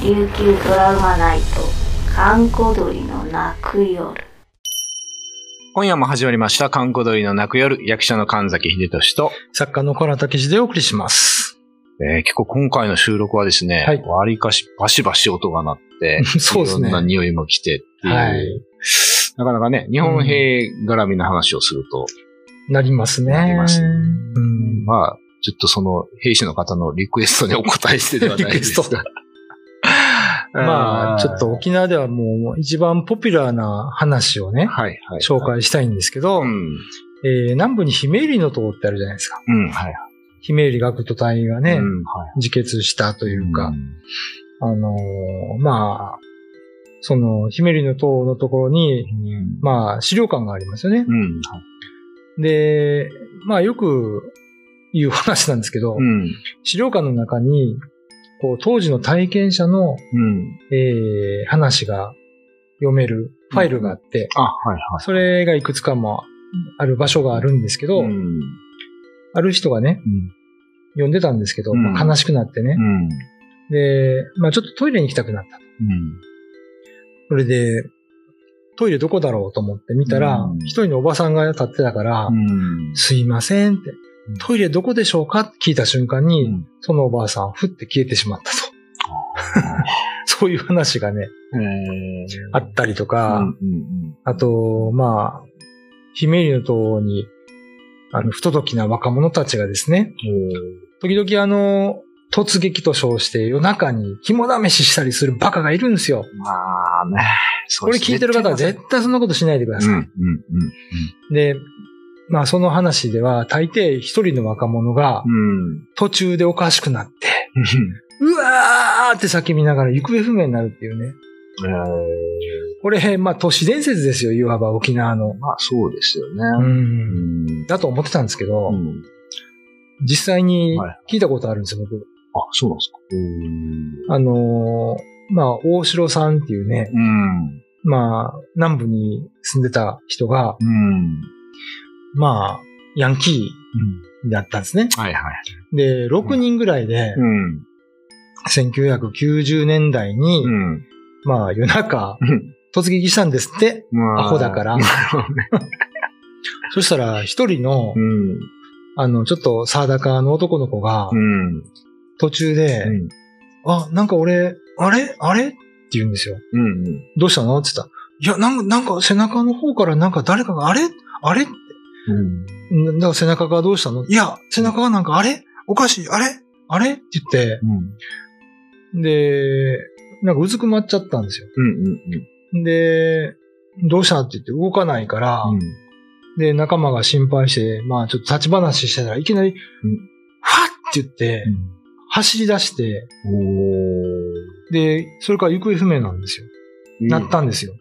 琉球ドラマナイト閑古鳥の泣く夜。 今夜も始まりました閑古鳥の泣く夜、役者の神崎秀俊と作家の小原武史でお送りします。 結構今回の収録はですね、 はい、 わりかしバシバシ音が鳴ってそうですね、 いろんな匂いも来てっていう、 はい、 なかなかね、日本兵絡みの話をすると、 なりますね。 なりますね。まあちょっとその兵士の方のリクエストにお答えしてではないですがまあちょっと沖縄ではもう一番ポピュラーな話をね、 はいはい、 紹介したいんですけど、南部に姫入の塔ってあるじゃないですか。 はい、 姫入学徒隊がね、自決したというか、まあその姫入の塔のところに、まあ資料館がありますよね。で、まあよくいう話なんですけど、資料館の中にこう当時の体験者の、話が読めるファイルがあって、それがいくつかもある場所があるんですけど、ある人がね、読んでたんですけど、まあ、悲しくなってね、で、まあちょっとトイレに行きたくなったと。それで、トイレどこだろうと思って見たら、一人のおばさんが立ってたから、すいませんって、トイレどこでしょうかって聞いた瞬間に、そのおばあさん、ふって消えてしまったと。そういう話がね、あったりとか、あと、まあ、姫入の塔に、不届きな若者たちがですね、時々突撃と称して夜中に肝試ししたりするバカがいるんですよ。 まあね。 これ聞いてる方は絶対そんなことしないでください。で、まあその話では大抵一人の若者が途中でおかしくなって、うわーって叫びながら行方不明になるっていうね。これ、まあ都市伝説ですよ、いわば沖縄の。 まあそうですよね。 だと思ってたんですけど、実際に聞いたことあるんですよ、僕。 あ、そうなんですか。 まあ大城さんっていうね、まあ南部に住んでた人が、まあヤンキーだったんですね。で、6人ぐらいで、1990年代に、まあ夜中、突撃したんですって、アホだから。そしたら一人の、ちょっとサダカの男の子が、途中で、なんか俺、あれって言うんですよ。どうしたのって言ったら、いや、なんか背中の方からなんか誰かがあれって。だから背中がどうしたの？いや、背中がなんかあれおかしい。あれって言って、で、なんかうずくまっちゃったんですよ。で、どうしたって言って動かないから、で、仲間が心配して、まあちょっと立ち話してたらいきなり、ファッって言って、走り出して、で、それから行方不明なんですよ。なったんですよ。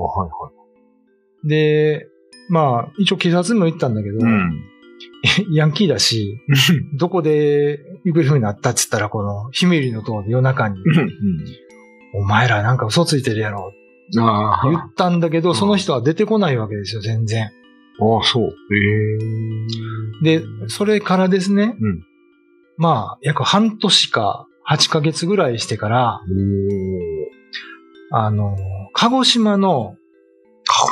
で、まあ、一応警察にも行ったんだけど、ヤンキーだし、どこで行方不明になったって言ったら、この姫入の塔で夜中に、お前らなんか嘘ついてるやろ、言ったんだけど、その人は出てこないわけですよ、全然。 そう。 で、それからですね、まあ、約半年か8ヶ月ぐらいしてから、鹿児島の、 鹿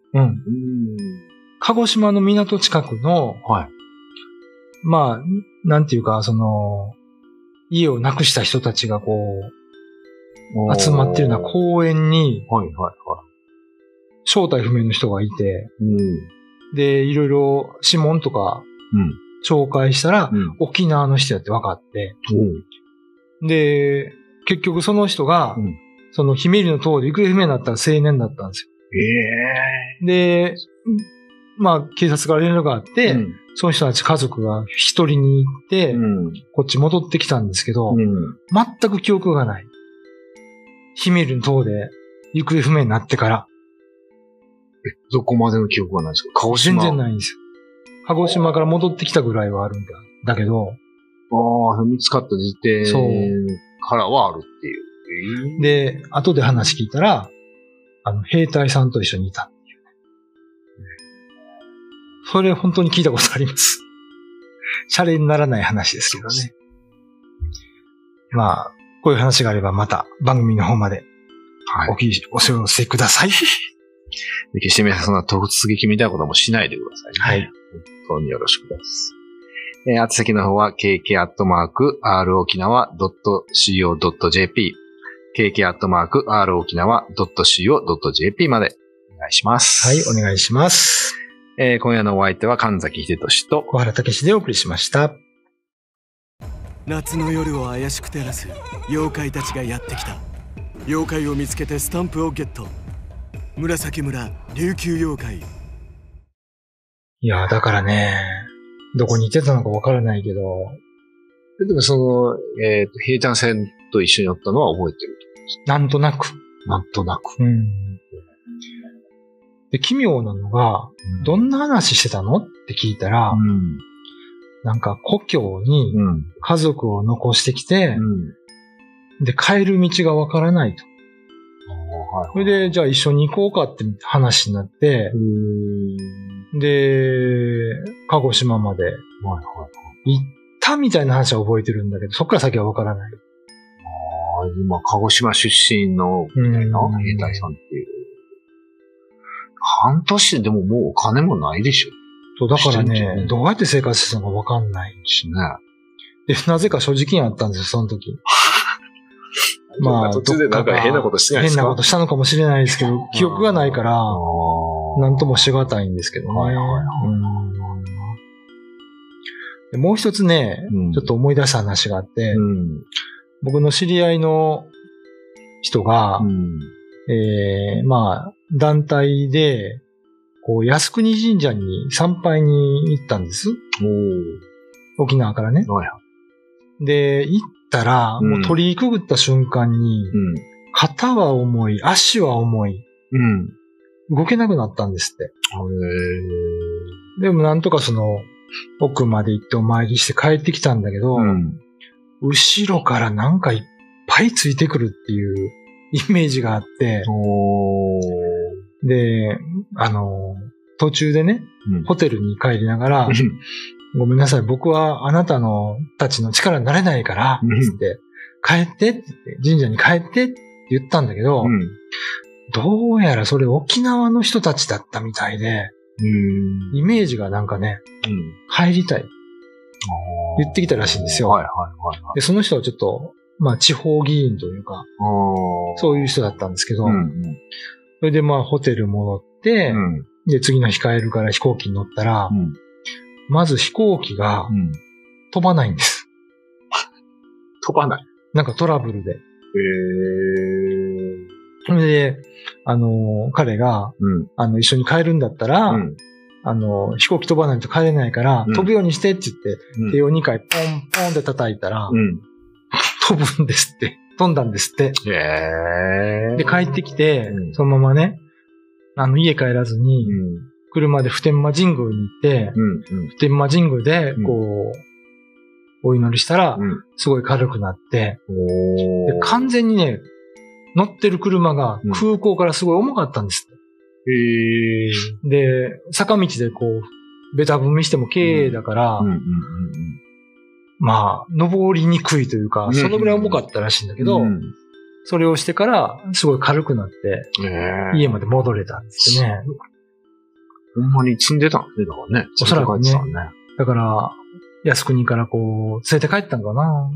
児島の港近くの、まあ、なんていうか、家をなくした人たちがこう、集まってるような公園に、正体不明の人がいて、で、いろいろ指紋とか、紹介したら、沖縄の人やって分かって、で、結局その人が、その姫入の塔で行方不明になった青年だったんですよ。で、まあ警察から連絡があって、その人たち家族が一人に行って、こっち戻ってきたんですけど、全く記憶がない。姫入の塔で行方不明になってから。 どこまでの記憶がないですか？鹿児島？ 全然ないんですよ。鹿児島から戻ってきたぐらいはあるんだけど。 見つかった時点からはあるっていう。 で、後で話聞いたら、兵隊さんと一緒にいたっていうね。それ本当に聞いたことあります。シャレにならない話ですけどね。まあ、 こういう話があればまた番組の方まではい。 お寄せください。 決して皆さんそんな突撃みたいなこともしないでくださいね。 はい。 本当によろしくです。宛先の方は kk@rokinawa.co.jp kk@rokinawa.co.jp までお願いします。 はい、お願いします。 今夜のお相手は神崎秀俊と小原武史でお送りしました。 夏の夜を怪しく照らす妖怪たちがやってきた。妖怪を見つけてスタンプをゲット。紫村琉球妖怪。 いや、だからね、どこにいてたのかわからないけど。 でも平ちゃん線と一緒におったのは覚えてると。 なんとなく。 なんとなく。 で、奇妙なのが、どんな話してたのって聞いたら、なんか故郷に家族を残してきて、で、帰る道がわからないと。それで、じゃあ一緒に行こうかって話になって、で、鹿児島まで行ったみたいな話は覚えてるんだけど、そっから先はわからない。 今、鹿児島出身の、みたいな、兵隊さんっていう。半年でももうお金もないでしょ。 そう、だからね、どうやって生活してたのかわかんないしね。で、なぜか所持金あったんですよ、その時。 まあ、途中でなんか変なことしてないですか？ 変なことしたのかもしれないですけど、記憶がないから、なんともしがたいんですけどね。でもう一つね、ちょっと思い出した話があって、僕の知り合いの人が、まあ、団体で、こう、靖国神社に参拝に行ったんです。沖縄からね。で、行ったら、もう鳥居くぐった瞬間に、肩は重い、足は重い、動けなくなったんですって。でもなんとかその、奥まで行ってお参りして帰ってきたんだけど、後ろからなんかいっぱいついてくるっていうイメージがあって、で、途中でね、ホテルに帰りながら、ごめんなさい、僕はあなたのたちの力になれないから、つって、帰ってって言って、神社に帰ってって言ったんだけど、どうやらそれ沖縄の人たちだったみたいで、イメージがなんかね、帰りたい。言ってきたらしいんですよ。で、その人はちょっと、まあ地方議員というか、そういう人だったんですけど、それでまあホテル戻って、で、次の日帰るから飛行機に乗ったら、まず飛行機が飛ばないんです。 飛ばない？ なんかトラブルで。それで、彼が、一緒に帰るんだったら、飛行機飛ばないと帰れないから、飛ぶようにしてって言って、手を2回ポンポンって叩いたら、飛ぶんですって。飛んだんですって。で、帰ってきて、そのままね、家帰らずに、車で普天間神宮に行って、普天間神宮で、こう、お祈りしたら、すごい軽くなって、で、完全にね、乗ってる車が空港からすごい重かったんですって。で、坂道でこう、ベタ踏みしても軽だから、まあ、登りにくいというか、そのぐらい重かったらしいんだけど、それをしてから、すごい軽くなって、家まで戻れたんですね。 ほんまに積んでたんですね、だからね。 おそらくね。だから、靖国からこう、連れて帰ったんかな。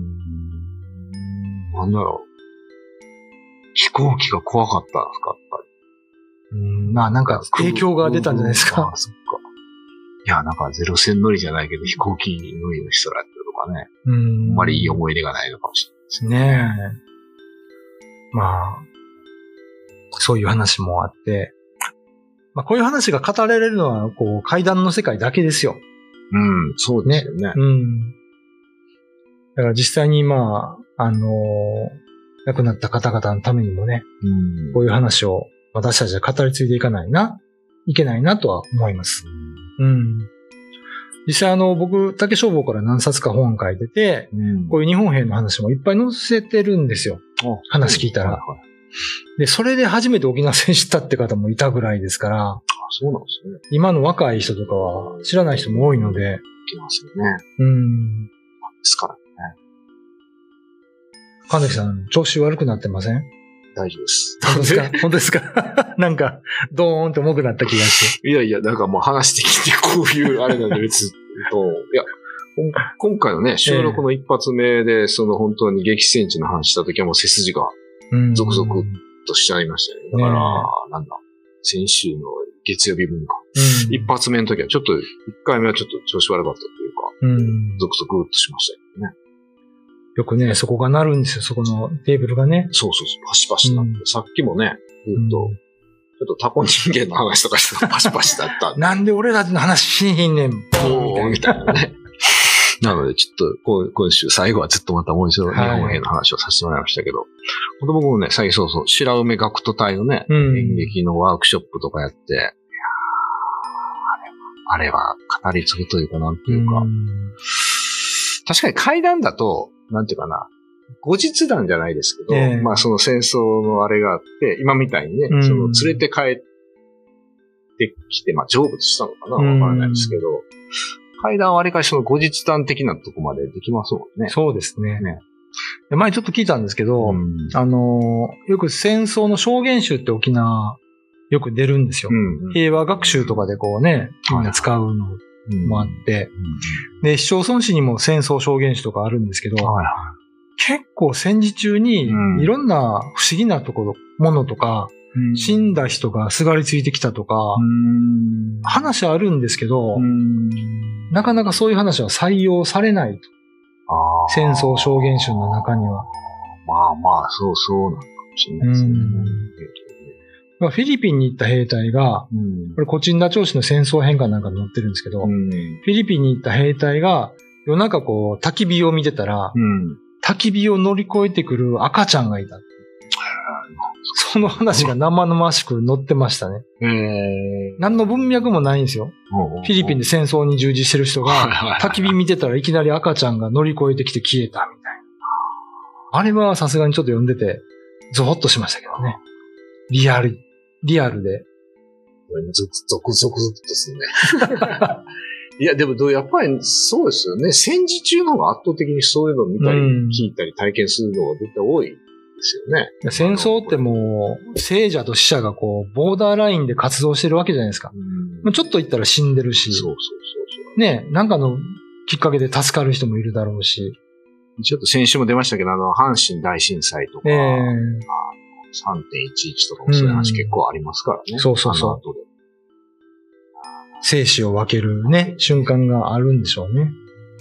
なんだろう。飛行機が怖かったんですか、やっぱり。 まあなんか影響が出たんじゃないですか。 そっか。いや、なんかゼロ戦乗りじゃないけど飛行機乗りの人らってとかね。あんまりいい思い出がないのかもしれないですね。 ねえ。まあ、そういう話もあって、まあこういう話が語られるのは、こう、怪談の世界だけですよ。 そうですよね。 だから実際にまあ、亡くなった方々のためにもね、こういう話を私たちは語り継いでいかないいけないなとは思います。実際僕、竹消防から何冊か本書いてて、こういう日本兵の話もいっぱい載せてるんですよ。話聞いたら。で、それで初めて沖縄戦知ったって方もいたぐらいですから、 そうなんですね。 今の若い人とかは知らない人も多いので。 聞きますよね。ですからね。 神崎さん、調子悪くなってません？ 大丈夫です。 本当ですか？本当ですか？なんか、ドーンと重くなった気がして。 いやいや、なんかもう話してきて、こういうあれなんで別に。いや、今回のね、収録の一発目で、本当に激戦地の話した時はもう背筋がゾクゾクとしちゃいましたね。だから、なんだ、先週の月曜日分か。一発目の時はちょっと、一回目はちょっと調子悪かったというか、ゾクゾクっとしましたけどね。 よくね、そこが鳴るんですよ、そこのテーブルがね。 そう、パシパシなって、さっきもね、ずっと、ちょっとタコ人間の話とかしてパシパシだったんで。 なんで俺たちの話しひんねん、 みたいなね。なので、ちょっと、今週最後はずっとまたもう一度日本兵の話をさせてもらいましたけど、僕もね、最初白梅学徒隊のね、演劇のワークショップとかやって、いやあれは語り継ぐというか、なんていうか、確かに階段だと、なんていうかな、後日談じゃないですけど、まあその戦争のあれがあって、今みたいにね、連れて帰ってきて、まあ成仏したのかなわからないですけど、階段はわりかし後日談的なとこまでできますもんね。 そうですね。前ちょっと聞いたんですけど、よく戦争の証言集って沖縄よく出るんですよ。平和学習とかでこうね、みんな使うのもあって、で、市町村市にも戦争証言集とかあるんですけど、結構戦時中にいろんな不思議なものとか、死んだ人がすがりついてきたとか、話あるんですけど、なかなかそういう話は採用されないと。戦争証言集の中には。 まあ、そうなのかもしれないですね。 フィリピンに行った兵隊が、これコチンダ町市の戦争変化なんかに載ってるんですけど、フィリピンに行った兵隊が夜中こう焚き火を見てたら、焚き火を乗り越えてくる赤ちゃんがいた。その話が生々しく載ってましたね。何の文脈もないんですよ。フィリピンで戦争に従事してる人が焚き火見てたらいきなり赤ちゃんが乗り越えてきて消えたみたいな。あれはさすがにちょっと読んでてゾワッとしましたけどね。リアルで。 ゾクゾクですね。いや、でもやっぱりそうですよね。戦時中の方が圧倒的にそういうのを見たり、聞いたり体験するのが絶対多いですよね。 戦争ってもう、生者と死者がこう、ボーダーラインで活動してるわけじゃないですか。ちょっと言ったら死んでるし。そう。ね、なんかのきっかけで助かる人もいるだろうし。 ちょっと先週も出ましたけど、阪神大震災とか、3.11 とかもそういう話結構ありますからね。 そう。生死を分けるね、瞬間があるんでしょうね。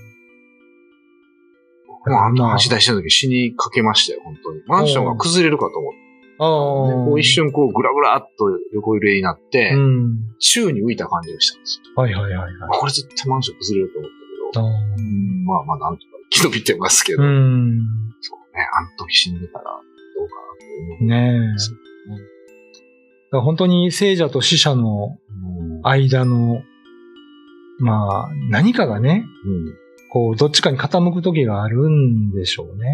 阪神大震災の時死にかけましたよ、本当に。マンションが崩れるかと思って。こう一瞬こうグラグラっと横揺れになって、宙に浮いた感じがしたんですよ。これ絶対マンション崩れると思ったけど、まあなんとか生き延びてますけど、そうね、あの時死んでたらどうかなと思うんですよね。本当に生者と死者の間の、まあ何かがね、こうどっちかに傾く時があるんでしょうね。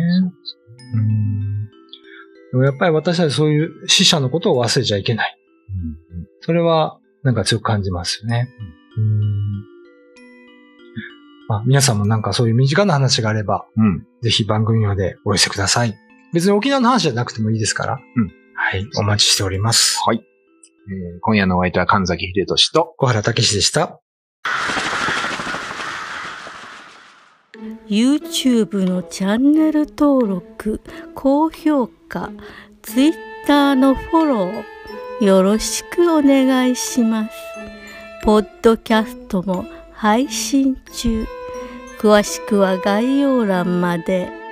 でもやっぱり私たちそういう死者のことを忘れちゃいけない。それはなんか強く感じますよね。まあ、皆さんもなんかそういう身近な話があれば、ぜひ番組までお寄せください。別に沖縄の話じゃなくてもいいですから。はい、お待ちしております。 はい。今夜のお相手は神崎秀俊と小原武史でした。 YouTube のチャンネル登録、高評価、Twitter のフォロー、よろしくお願いします。ポッドキャストも配信中。詳しくは概要欄まで。